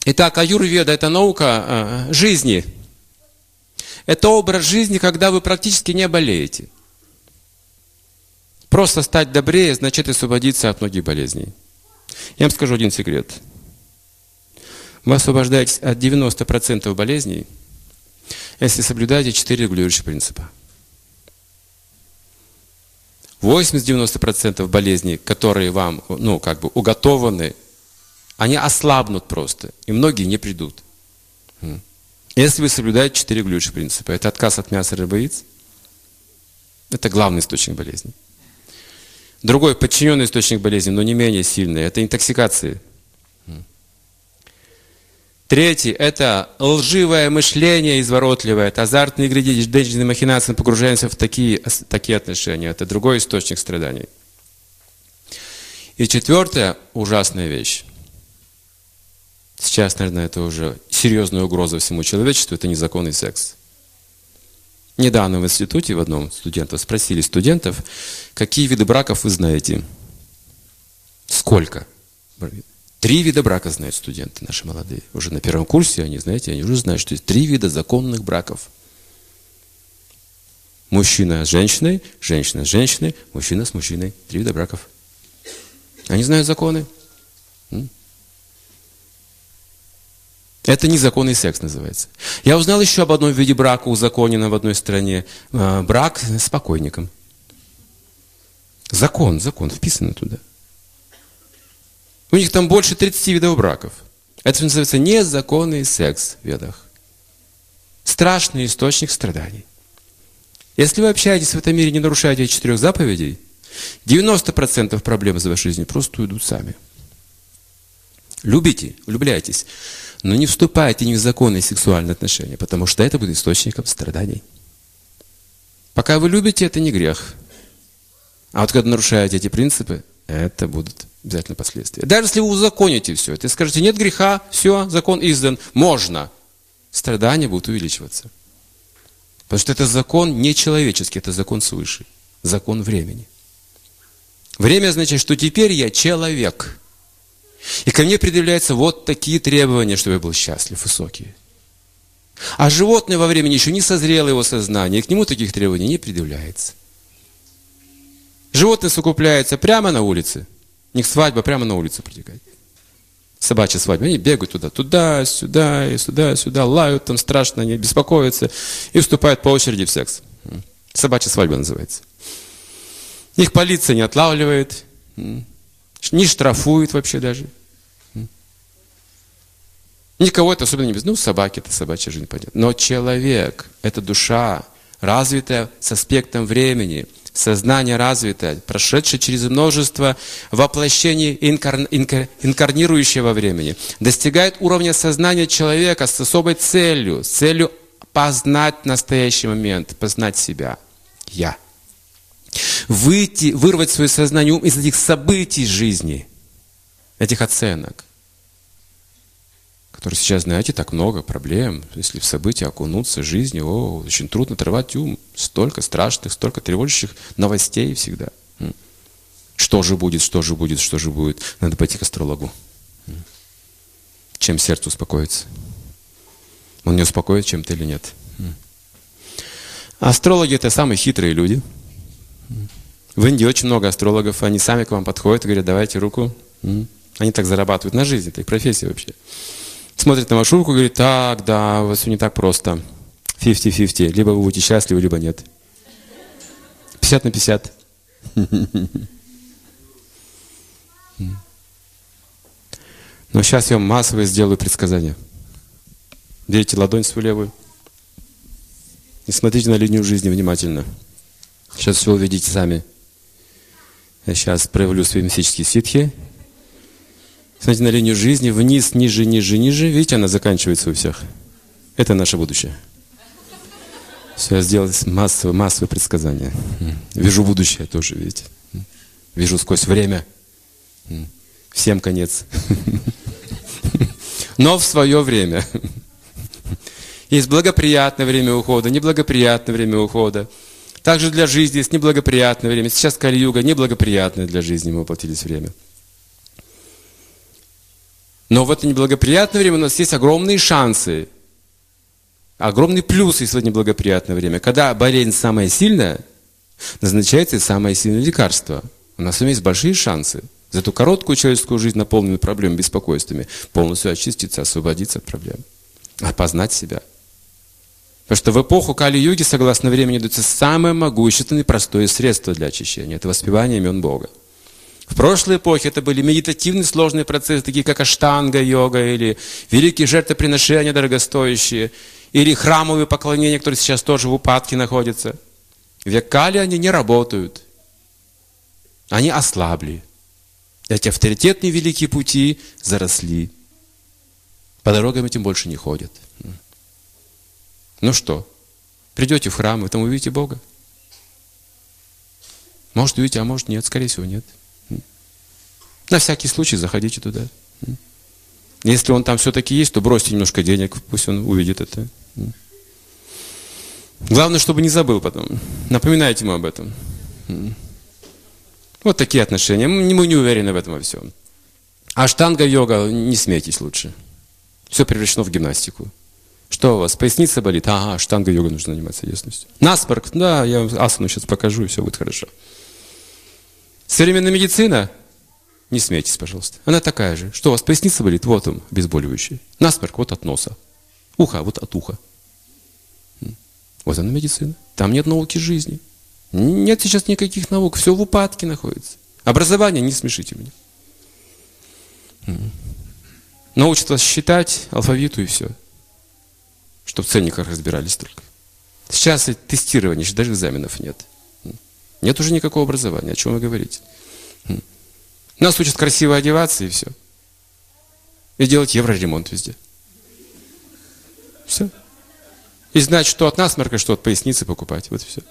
Итак, аюрведа – это наука жизни. Это образ жизни, когда вы практически не болеете. Просто стать добрее значит освободиться от многих болезней. Я вам скажу один секрет. Вы освобождаетесь от 90% болезней, если соблюдаете 4 регулирующих принципа. 80-90% болезней, которые вам уготованы, они ослабнут просто, и многие не придут. Если вы соблюдаете 4 регулирующих принципа. Это отказ от мяса, рыбы, яиц. Это главный источник болезни. Другой подчиненный источник болезни, но не менее сильный, это интоксикации. Третий – это лживое мышление изворотливое, это азартные игры, денежные махинации, мы погружаемся в такие отношения. Это другой источник страданий. И четвертая ужасная вещь. Сейчас, наверное, это уже серьезная угроза всему человечеству, это незаконный секс. Недавно в институте в одном спросили студентов, какие виды браков вы знаете? Сколько? 3 вида брака знают студенты наши молодые. Уже на первом курсе они уже знают, что есть 3 вида законных браков. Мужчина с женщиной, женщина с женщиной, мужчина с мужчиной. 3 вида браков. Они знают законы. Это незаконный секс называется. Я узнал еще об одном виде брака, узаконенном в одной стране. Брак с покойником. Закон, вписано туда. У них там больше 30 видов браков. Это называется незаконный секс в ведах. Страшный источник страданий. Если вы общаетесь в этом мире, не нарушаете эти 4 заповедей, 90% проблем в вашей жизни просто уйдут сами. Любите, влюбляйтесь, но не вступайте ни в законные сексуальные отношения, потому что это будет источником страданий. Пока вы любите, это не грех. А вот когда нарушаете эти принципы, это будут обязательно последствия. Даже если вы узаконите все это и скажете, нет греха, все, закон издан, можно, страдания будут увеличиваться. Потому что это закон не человеческий, это закон свыше, закон времени. Время означает, что теперь я человек. И ко мне предъявляются вот такие требования, чтобы я был счастлив, высокие. А животное во времени еще не созрело его сознание, и к нему таких требований не предъявляется. Животные совокупляются прямо на улице. У них свадьба прямо на улице протекает. Собачья свадьба. Они бегают туда, сюда, и сюда, лают там страшно, они беспокоятся и вступают по очереди в секс. Собачья свадьба называется. Их полиция не отлавливает, не штрафует вообще даже. Никого это особенно не без. Собаки, это собачья жизнь, понятно. Но человек, это душа, развитая с аспектом времени, сознание развитое, прошедшее через множество воплощений инкарнирующего времени, достигает уровня сознания человека с особой целью познать настоящий момент, познать себя. Я. Вырвать свое сознание ум из этих событий жизни, этих оценок, которые сейчас, знаете, так много проблем. Если в события окунуться в жизни, очень трудно оторвать ум. Столько страшных, столько тревожащих новостей всегда. Что же будет, что же будет, что же будет? Надо пойти к астрологу. Чем сердце успокоится? Он не успокоит чем-то или нет? Астрологи – это самые хитрые люди. В Индии очень много астрологов, они сами к вам подходят и говорят, давайте руку. Они так зарабатывают на жизнь, это их профессия вообще. Смотрит на вашу руку и говорит, так, да, у вас все не так просто. 50-50, либо вы будете счастливы, либо нет. 50/50. Но сейчас я вам массово сделаю предсказания. Берите ладонь свою левую и смотрите на линию жизни внимательно. Сейчас все увидите сами. Я сейчас проявлю свои мистические ситхи. Смотрите на линию жизни, вниз, ниже, ниже, ниже. Видите, она заканчивается у всех. Это наше будущее. Все, я сделал массовые предсказания. Вижу будущее тоже, видите. Вижу сквозь время. Всем конец. Но в свое время. Есть благоприятное время ухода, неблагоприятное время ухода. Также для жизни есть неблагоприятное время. Сейчас Кали-юга, неблагоприятное для жизни мы воплотились время. Но в это неблагоприятное время у нас есть огромные шансы, огромный плюс, если это неблагоприятное время. Когда болезнь самая сильная, назначается и самое сильное лекарство. У нас есть большие шансы за эту короткую человеческую жизнь, наполненную проблемами, беспокойствами, полностью очиститься, освободиться от проблем, опознать себя. Потому что в эпоху Кали-юги, согласно времени, дается самое могущественное и простое средство для очищения. Это воспевание имен Бога. В прошлой эпохе это были медитативные сложные процессы, такие как аштанга-йога, или великие жертвоприношения дорогостоящие, или храмовые поклонения, которые сейчас тоже в упадке находятся. В век Кали они не работают. Они ослабли. Эти авторитетные великие пути заросли. По дорогам этим больше не ходят. Ну что, придете в храм, вы там увидите Бога? Может увидите, а может нет, скорее всего нет. На всякий случай заходите туда. Если он там все-таки есть, то бросьте немножко денег, пусть он увидит это. Главное, чтобы не забыл потом. Напоминайте ему об этом. Вот такие отношения. Мы не уверены в этом во всем. Аштанга-йога, не смейтесь лучше. Все превращено в гимнастику. Что у вас, поясница болит? Ага, аштанга-йога нужно заниматься ясностью. Насморк? Да, я вам асану сейчас покажу, и все будет хорошо. Современная медицина? Не смейтесь, пожалуйста. Она такая же. Что у вас, поясница болит? Вот он, обезболивающий. Насморк? Вот от носа. Ухо? Вот от уха. Вот она медицина. Там нет науки жизни. Нет сейчас никаких наук. Все в упадке находится. Образование не смешите меня. Научат вас считать, алфавиту и все. Чтобы в ценниках разбирались только. Сейчас тестирование, даже экзаменов нет. Нет уже никакого образования. О чем вы говорите? Нас учат красиво одеваться и все. И делать евроремонт везде. Все. И знать, что от насморка, что от поясницы покупать. Вот и все.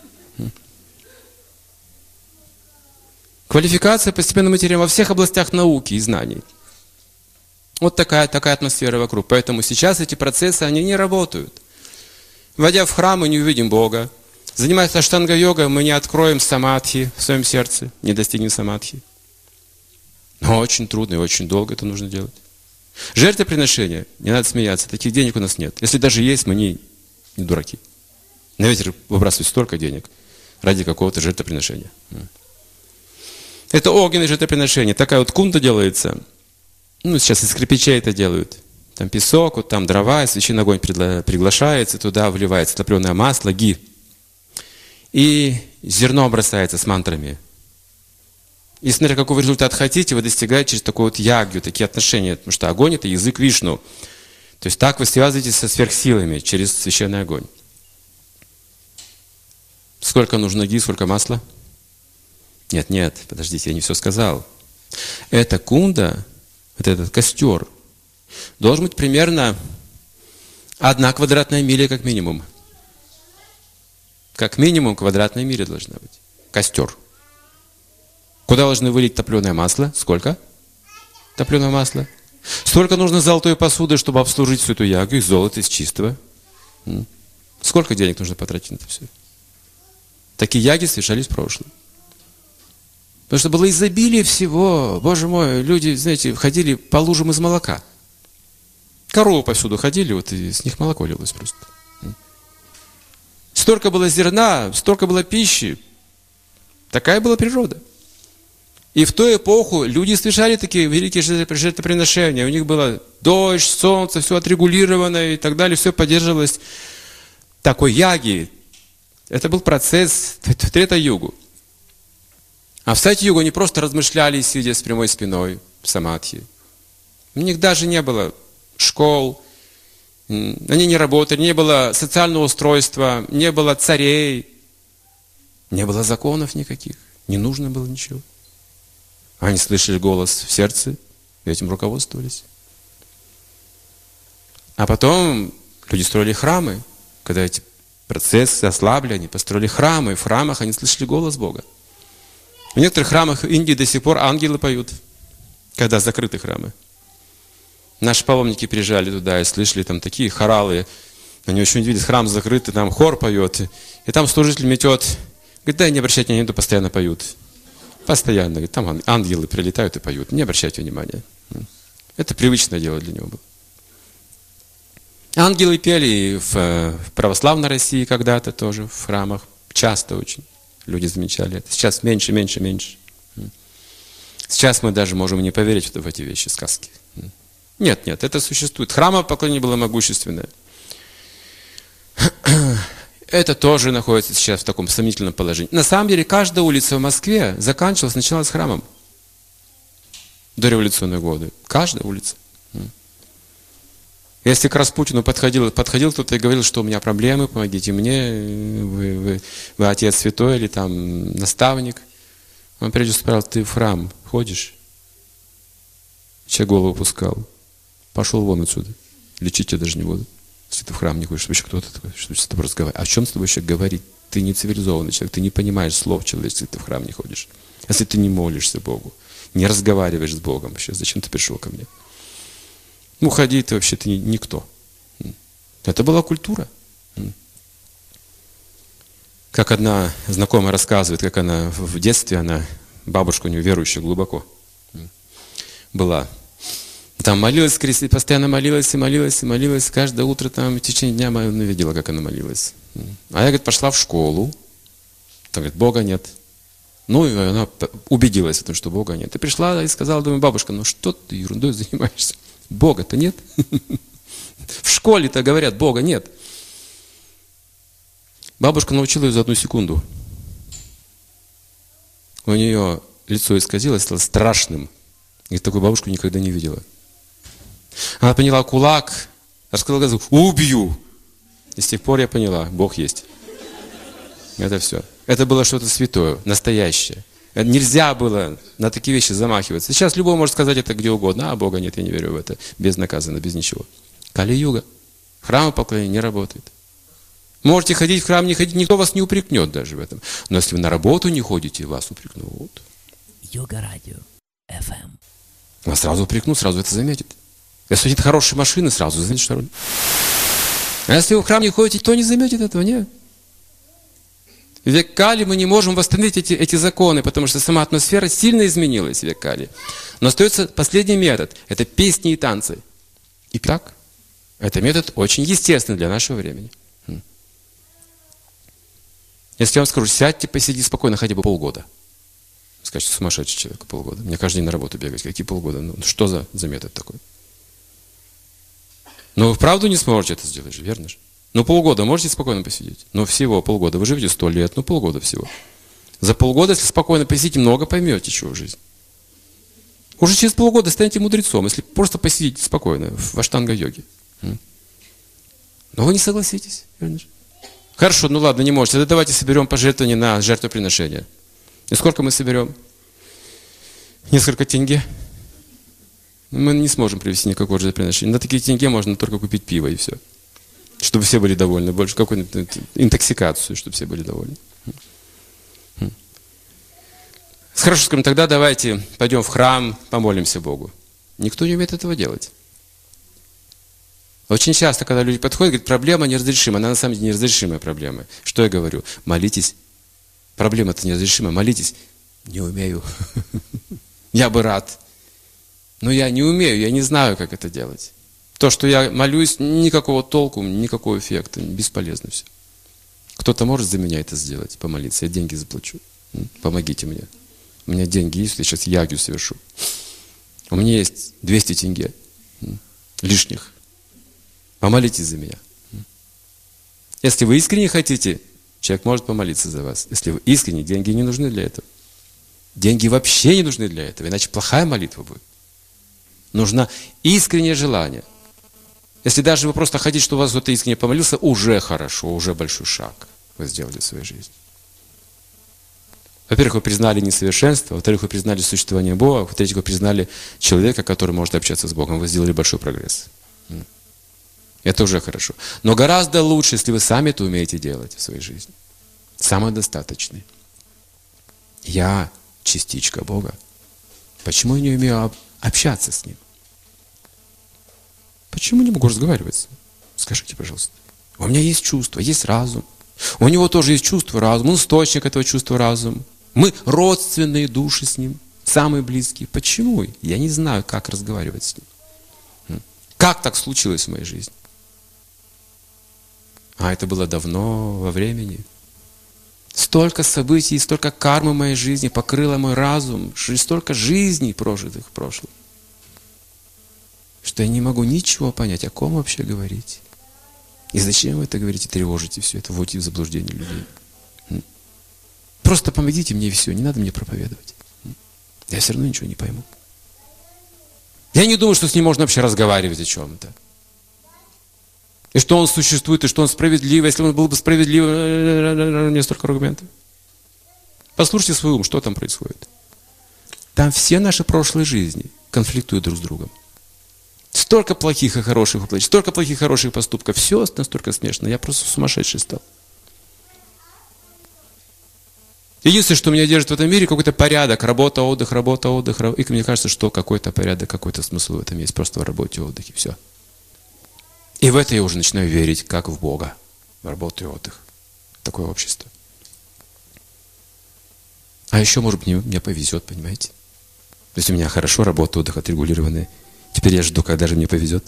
Квалификация постепенно мы теряем во всех областях науки и знаний. Вот такая атмосфера вокруг. Поэтому сейчас эти процессы, они не работают. Войдя в храм, мы не увидим Бога. Занимаясь аштанга-йогой, мы не откроем самадхи в своем сердце, не достигнем самадхи. Но очень трудно и очень долго это нужно делать. Жертвоприношения, не надо смеяться, таких денег у нас нет. Если даже есть, мы не дураки. На ветер выбрасывать столько денег ради какого-то жертвоприношения. Это огненное жертвоприношение. Такая вот кунда делается. Ну, сейчас из кирпичей это делают. Там песок, вот там дрова, священный огонь приглашается, туда вливается топленое масло, ги. И зерно бросается с мантрами. И смотря какой результат хотите, вы достигаете через такую вот ягью, такие отношения. Потому что огонь – это язык Вишну. То есть так вы связываетесь со сверхсилами через священный огонь. Сколько нужно ги, сколько масла? Нет, подождите, я не все сказал. Эта кунда, вот этот костер, должен быть примерно 1 квадратная миля как минимум. Как минимум квадратная миля должна быть. Костер. Куда должны вылить топленое масло? Сколько? Топленое масло. Сколько нужно золотой посуды, чтобы обслужить всю эту ягу из золота, из чистого? Сколько денег нужно потратить на это все? Такие яги совершались в прошлом. Потому что было изобилие всего. Боже мой, люди, знаете, ходили по лужам из молока. Коровы повсюду ходили, вот и с них молоко лилось просто. Столько было зерна, столько было пищи. Такая была природа. И в ту эпоху люди совершали такие великие жертвоприношения. У них было дождь, солнце, все отрегулировано и так далее. Все поддерживалось такой яги. Это был процесс Трета-югу. А в Сати-югу они просто размышляли, сидя с прямой спиной в самадхи. У них даже не было школ, они не работали, не было социального устройства, не было царей, не было законов никаких, не нужно было ничего. Они слышали голос в сердце, и этим руководствовались. А потом люди строили храмы, когда эти процессы ослабли, они построили храмы, и в храмах они слышали голос Бога. В некоторых храмах Индии до сих пор ангелы поют, когда закрыты храмы. Наши паломники приезжали туда и слышали там такие хоралы. Они очень удивились, храм закрыт, и там хор поет. И там служитель метет. Говорит, да, не обращайте внимания, постоянно поют. Постоянно. Говорит, там ангелы прилетают и поют. Не обращайте внимания. Это привычное дело для него было. Ангелы пели в православной России когда-то тоже, в храмах. Часто очень люди замечали это. Сейчас меньше, меньше, меньше. Сейчас мы даже можем не поверить в эти вещи, сказки. Нет, нет, это существует. Храмопоклонение было могущественное. Это тоже находится сейчас в таком сомнительном положении. На самом деле, каждая улица в Москве заканчивалась сначала с храмом. До революционные годы. Каждая улица. Если к Распутину подходил кто-то и говорил, что у меня проблемы, помогите мне, вы отец святой или там наставник, он прежде всего сказал: ты в храм ходишь? Человек голову опускал. Пошел вон отсюда. Лечить тебя даже не буду. Если ты в храм не ходишь, чтобы еще кто-то такой, что с тобой разговаривать. О чем с тобой еще говорить? Ты не цивилизованный человек, ты не понимаешь слов человеческих, если ты в храм не ходишь. Если ты не молишься Богу, не разговариваешь с Богом вообще, зачем ты пришел ко мне? Ну, ходи, ты вообще ты никто. Это была культура. Как одна знакомая рассказывает, как она в детстве, бабушка у нее верующая глубоко была. Там молилась, постоянно молилась и молилась, и молилась. Каждое утро там в течение дня она видела, как она молилась. А я, говорит, пошла в школу. Там, говорит, Бога нет. Ну, и она убедилась в том, что Бога нет. И пришла и сказала, думаю, бабушка, ну что ты ерундой занимаешься? Бога-то нет. В школе-то говорят, Бога нет. Бабушка научила ее за 1 секунду. У нее лицо исказилось, стало страшным. И такую бабушку никогда не видела. Она поняла кулак, раскрыла глаза, убью. И с тех пор я поняла, Бог есть. Это все. Это было что-то святое, настоящее. Нельзя было на такие вещи замахиваться. Сейчас любой может сказать это где угодно. А Бога нет, я не верю в это. Безнаказанно, без ничего. Кали-юга. Храмопоклонение не работает. Можете ходить в храм, не ходить, никто вас не упрекнет даже в этом. Но если вы на работу не ходите, вас упрекнут. Йога-радио. FM. Вас сразу упрекнут, сразу это заметит. Если нет хорошей машины, сразу заметит, что... А если вы в храм не ходите, то не заметит этого, нет. В век Кали мы не можем восстановить эти законы, потому что сама атмосфера сильно изменилась в век Кали. Но остается последний метод. Это песни и танцы. И так, это метод очень естественный для нашего времени. Если я вам скажу, сядьте, посиди спокойно хотя бы полгода. Скажете, сумасшедший человек, полгода. Мне каждый день на работу бегать. Какие полгода? Ну, что за метод такой? Но вы вправду не сможете это сделать же, верно же? Ну, полгода можете спокойно посидеть? Ну, всего полгода. Вы живете 100 лет, ну, полгода всего. За полгода, если спокойно посидите, много поймете, чего в жизни. Уже через полгода станете мудрецом, если просто посидите спокойно в аштанга-йоге. Но вы не согласитесь, верно же? Хорошо, ну ладно, не можете. Тогда давайте соберем пожертвования на жертвоприношение. И сколько мы соберем? Несколько тенге. Мы не сможем привести никакого жертвоприношения. На такие тенге можно только купить пиво и все. Чтобы все были довольны. Больше какую-нибудь интоксикацию, чтобы все были довольны. Хорошо, скажем, тогда давайте пойдем в храм, помолимся Богу. Никто не умеет этого делать. Очень часто, когда люди подходят, говорят, проблема неразрешима. Она на самом деле неразрешимая проблема. Что я говорю? Молитесь. Проблема-то неразрешима. Молитесь. Не умею. Я бы рад. Но я не умею, я не знаю, как это делать. То, что я молюсь, никакого толку, никакого эффекта. Бесполезно все. Кто-то может за меня это сделать, помолиться. Я деньги заплачу. Помогите мне. У меня деньги есть, я сейчас ягью совершу. У меня есть 200 тенге лишних. Помолитесь за меня. Если вы искренне хотите, человек может помолиться за вас. Если вы искренне, деньги не нужны для этого. Деньги вообще не нужны для этого, иначе плохая молитва будет. Нужно искреннее желание. Если даже вы просто хотите, чтобы у вас кто-то искренне помолился, уже хорошо, уже большой шаг вы сделали в своей жизни. Во-первых, вы признали несовершенство, во-вторых, вы признали существование Бога, в-третьих, вы признали человека, который может общаться с Богом. Вы сделали большой прогресс. Это уже хорошо. Но гораздо лучше, если вы сами это умеете делать в своей жизни. Самодостаточный. Я частичка Бога. Почему я не умею общаться с Ним? Почему не могу разговаривать с Ним? Скажите, пожалуйста. У меня есть чувство, есть разум. У него тоже есть чувство, разум. Он источник этого чувства, разума. Мы родственные души с Ним, самые близкие. Почему? Я не знаю, как разговаривать с Ним. Как так случилось в моей жизни? А это было давно, во времени. Столько событий, столько кармы в моей жизни покрыло мой разум, столько жизней прожитых в прошлом, что я не могу ничего понять, о ком вообще говорить. И зачем вы это говорите, тревожите все это, вводите в заблуждение людей. Просто помогите мне и все, не надо мне проповедовать. Я все равно ничего не пойму. Я не думаю, что с ним можно вообще разговаривать о чем-то. И что он существует, и что он справедлив. Если он был бы справедлив, у меня столько аргументов. Послушайте свой ум, что там происходит. Там все наши прошлые жизни конфликтуют друг с другом. Столько плохих и хороших воплощений, столько плохих и хороших поступков. Все настолько смешно. Я просто сумасшедший стал. Единственное, что меня держит в этом мире, какой-то порядок. Работа, отдых, работа, отдых. И мне кажется, что какой-то порядок, какой-то смысл в этом есть. Просто в работе, отдыхе. Все. И в это я уже начинаю верить, как в Бога. В работу и отдых. Такое общество. А еще, может быть, мне повезет, понимаете? То есть у меня хорошо работа, отдых отрегулированная. Теперь я жду, когда же мне повезет.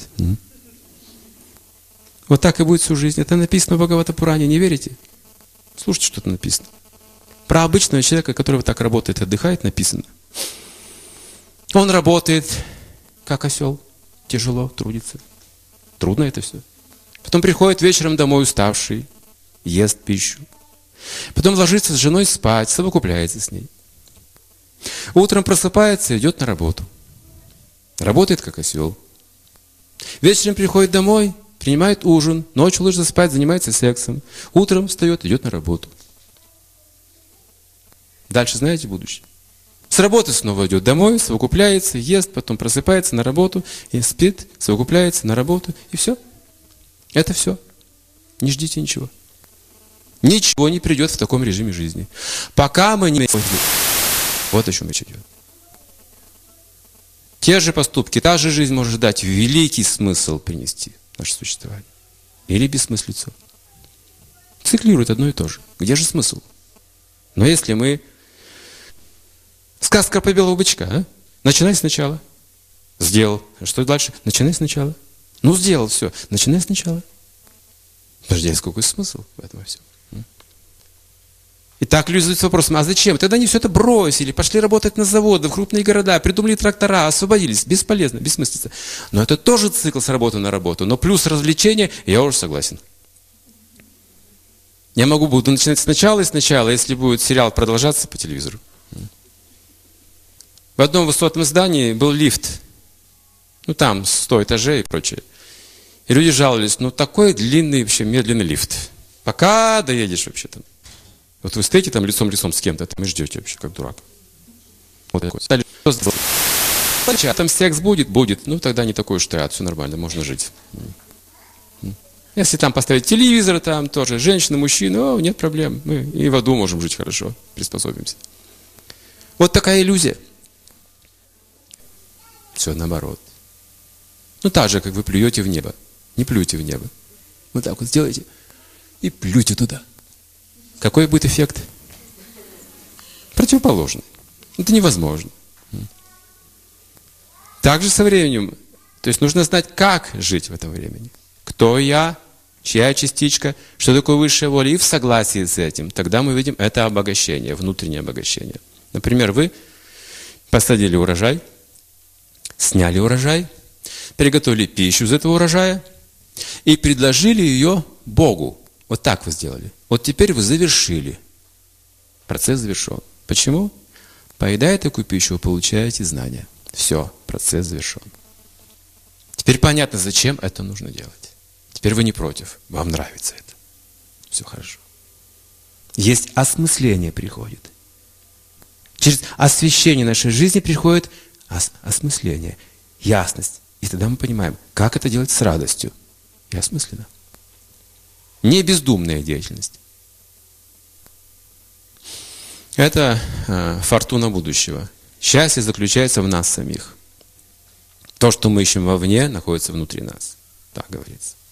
Вот так и будет всю жизнь. Это написано в Бхагавата-пуране. Не верите? Слушайте, что там написано. Про обычного человека, который вот так работает, отдыхает, написано. Он работает, как осел. Тяжело, трудится. Трудно это все. Потом приходит вечером домой уставший, ест пищу. Потом ложится с женой спать, совокупляется с ней. Утром просыпается, идет на работу. Работает как осел. Вечером приходит домой, принимает ужин, ночью ложится спать, занимается сексом. Утром встает, идет на работу. Дальше знаете будущее? С работы снова идет домой, совокупляется, ест, потом просыпается на работу, и спит, совокупляется на работу, и все. Это все. Не ждите ничего. Ничего не придет в таком режиме жизни. Пока мы не... Вот о чем речь идет. Те же поступки, та же жизнь может дать великий смысл принести в наше существование. Или бессмыслицу. Циклирует одно и то же. Где же смысл? Но если мы... Сказка про белого бычка, а? Начинай сначала. Сделал. А что дальше? Начинай сначала. Ну, сделал, все. Начинай сначала. Подожди, а какой смысл в этом всем? И так люди задаются вопросом, а зачем? Тогда они все это бросили, пошли работать на заводы, в крупные города, придумали трактора, освободились. Бесполезно, бессмыслица. Но это тоже цикл с работы на работу. Но плюс развлечения, я уже согласен. Я буду начинать сначала и сначала, если будет сериал продолжаться по телевизору. В одном высотном здании был лифт. Ну там 100 этажей и прочее. И люди жаловались, ну такой длинный, вообще медленный лифт. Пока доедешь вообще там. Вот вы стоите там лицом-лицом с кем-то, там и ждете вообще, как дурак. Вот такой. Там секс будет? Будет. Ну тогда не такой уж театр, все нормально, можно жить. Если там поставить телевизор, там тоже женщины, мужчины, о, нет проблем. Мы и в аду можем жить хорошо, приспособимся. Вот такая иллюзия. Все наоборот. Ну так же, как вы плюете в небо. Не плюйте в небо. Вот так вот сделайте и плюйте туда. Какой будет эффект? Противоположный. Это невозможно. Также со временем. То есть нужно знать, как жить в этом времени. Кто я, чья частичка, что такое высшая воля. И в согласии с этим. Тогда мы видим это обогащение, внутреннее обогащение. Например, вы посадили урожай, сняли урожай, приготовили пищу из этого урожая и предложили ее Богу. Вот так вы сделали. Вот теперь вы завершили. Процесс завершен. Почему? Поедая такую пищу, вы получаете знания. Все, процесс завершен. Теперь понятно, зачем это нужно делать. Теперь вы не против. Вам нравится это. Все хорошо. Есть осмысление приходит. Через освещение нашей жизни приходит осмысление, ясность. И тогда мы понимаем, как это делать с радостью. И осмысленно. Не бездумная деятельность. Это фортуна будущего. Счастье заключается в нас самих. То, что мы ищем вовне, находится внутри нас. Так говорится.